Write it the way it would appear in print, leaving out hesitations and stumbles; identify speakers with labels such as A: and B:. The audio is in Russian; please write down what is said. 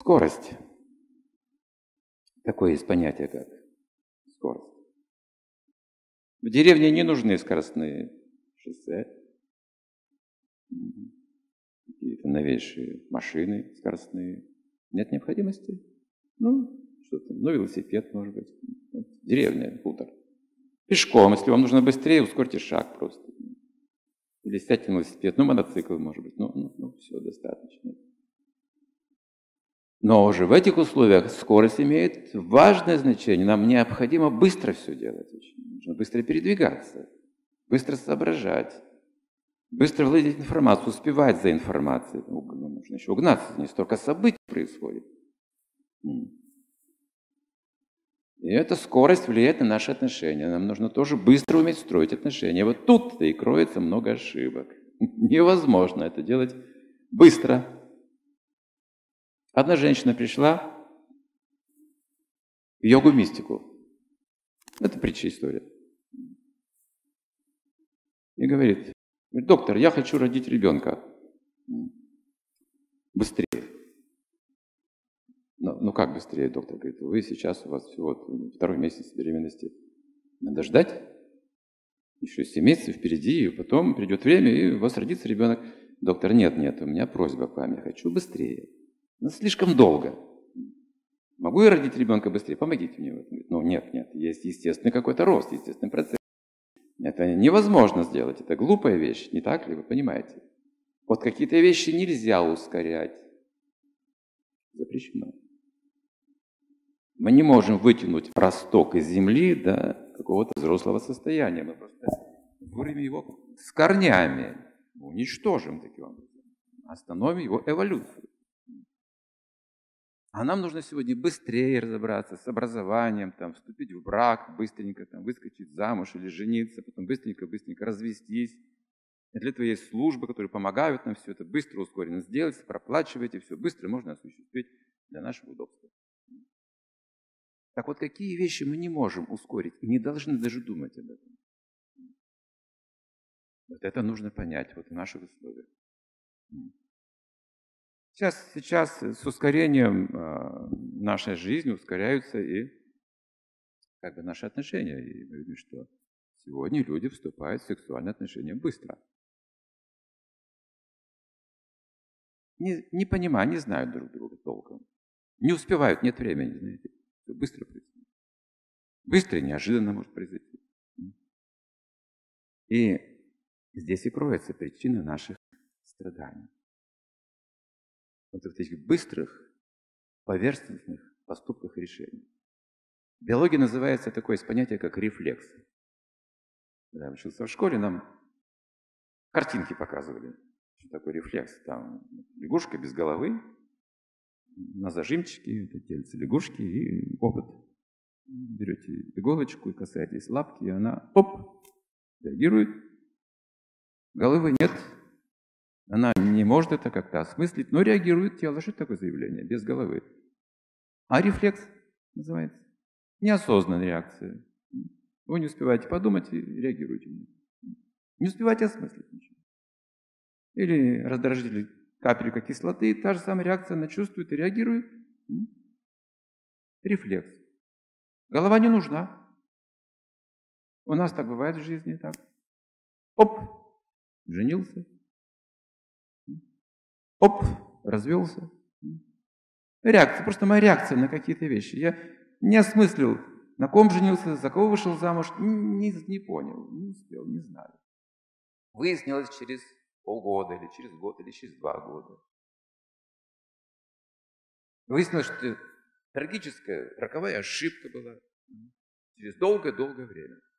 A: Скорость. Такое есть понятие, как скорость. В деревне не нужны скоростные шоссе, какие-то новейшие машины скоростные. Нет необходимости. Что там, велосипед, может быть. Деревня, хутор. Пешком, если вам нужно быстрее, ускорьте шаг просто. Или сядьте на велосипед, мотоцикл, может быть. Все, достаточно. Но уже в этих условиях скорость имеет важное значение. Нам необходимо быстро все делать. Нужно быстро передвигаться, быстро соображать, быстро владеть информацией, успевать за информацией. Нужно еще угнаться, не столько событий происходит. И эта скорость влияет на наши отношения. Нам нужно тоже быстро уметь строить отношения. Вот тут-то и кроется много ошибок. Невозможно это делать быстро. Одна женщина пришла в йогу-мистику. Это притча история. И говорит: доктор, я хочу родить ребенка. Быстрее. Ну как быстрее, доктор? Говорит, вы сейчас, у вас всего 2-й месяц беременности. Надо ждать. Еще 7 месяцев впереди, и потом придет время, и у вас родится ребенок. Доктор, нет, у меня просьба к вам, я хочу быстрее. Но слишком долго. Могу я родить ребенка быстрее? Помогите мне в этом. Говорит, нет, есть естественный какой-то рост, естественный процесс. Это невозможно сделать, это глупая вещь, не так ли, вы понимаете? Вот какие-то вещи нельзя ускорять. Запрещено. Мы не можем вытянуть росток из земли до какого-то взрослого состояния. Мы просто вырвем его с корнями, уничтожим таким образом, остановим его эволюцию. А нам нужно сегодня быстрее разобраться с образованием, вступить в брак, быстренько выскочить замуж или жениться, потом быстренько развестись. И для этого есть службы, которые помогают нам все это быстро, ускоренно сделать, проплачивать, и все быстро можно осуществить для нашего удобства. Так вот, какие вещи мы не можем ускорить и не должны даже думать об этом? Вот это нужно понять в наших условиях. Сейчас с ускорением нашей жизни ускоряются и наши отношения. И мы видим, что сегодня люди вступают в сексуальные отношения быстро. Не понимая, не знают друг друга толком. Не успевают, нет времени, знаете. Все быстро происходит. Быстро и неожиданно может произойти. И здесь и кроется причина наших страданий. Вот в этих быстрых, поверхностных поступках и решениях. В биологии называется такое понятие, как рефлекс. Когда я учился в школе, нам картинки показывали, что такое рефлекс. Там лягушка без головы, на зажимчике, это тельце лягушки, и опыт. Берете иголочку и касаетесь лапки, и она, реагирует. Головы нет. Она не может это как-то осмыслить, но реагирует тело. Что это такое заявление? Без головы. А рефлекс называется. Неосознанная реакция. Вы не успеваете подумать и реагируете. Не успеваете осмыслить ничего. Или раздражитель капелька кислоты, та же самая реакция, она чувствует и реагирует. Рефлекс. Голова не нужна. У нас так бывает в жизни. Так. Женился. Развелся. Реакция, просто моя реакция на какие-то вещи. Я не осмыслил, на ком женился, за кого вышел замуж, не понял, не успел, не знаю. Выяснилось через полгода, или через год, или через 2 года. Выяснилось, что трагическая, роковая ошибка была через долгое-долгое время.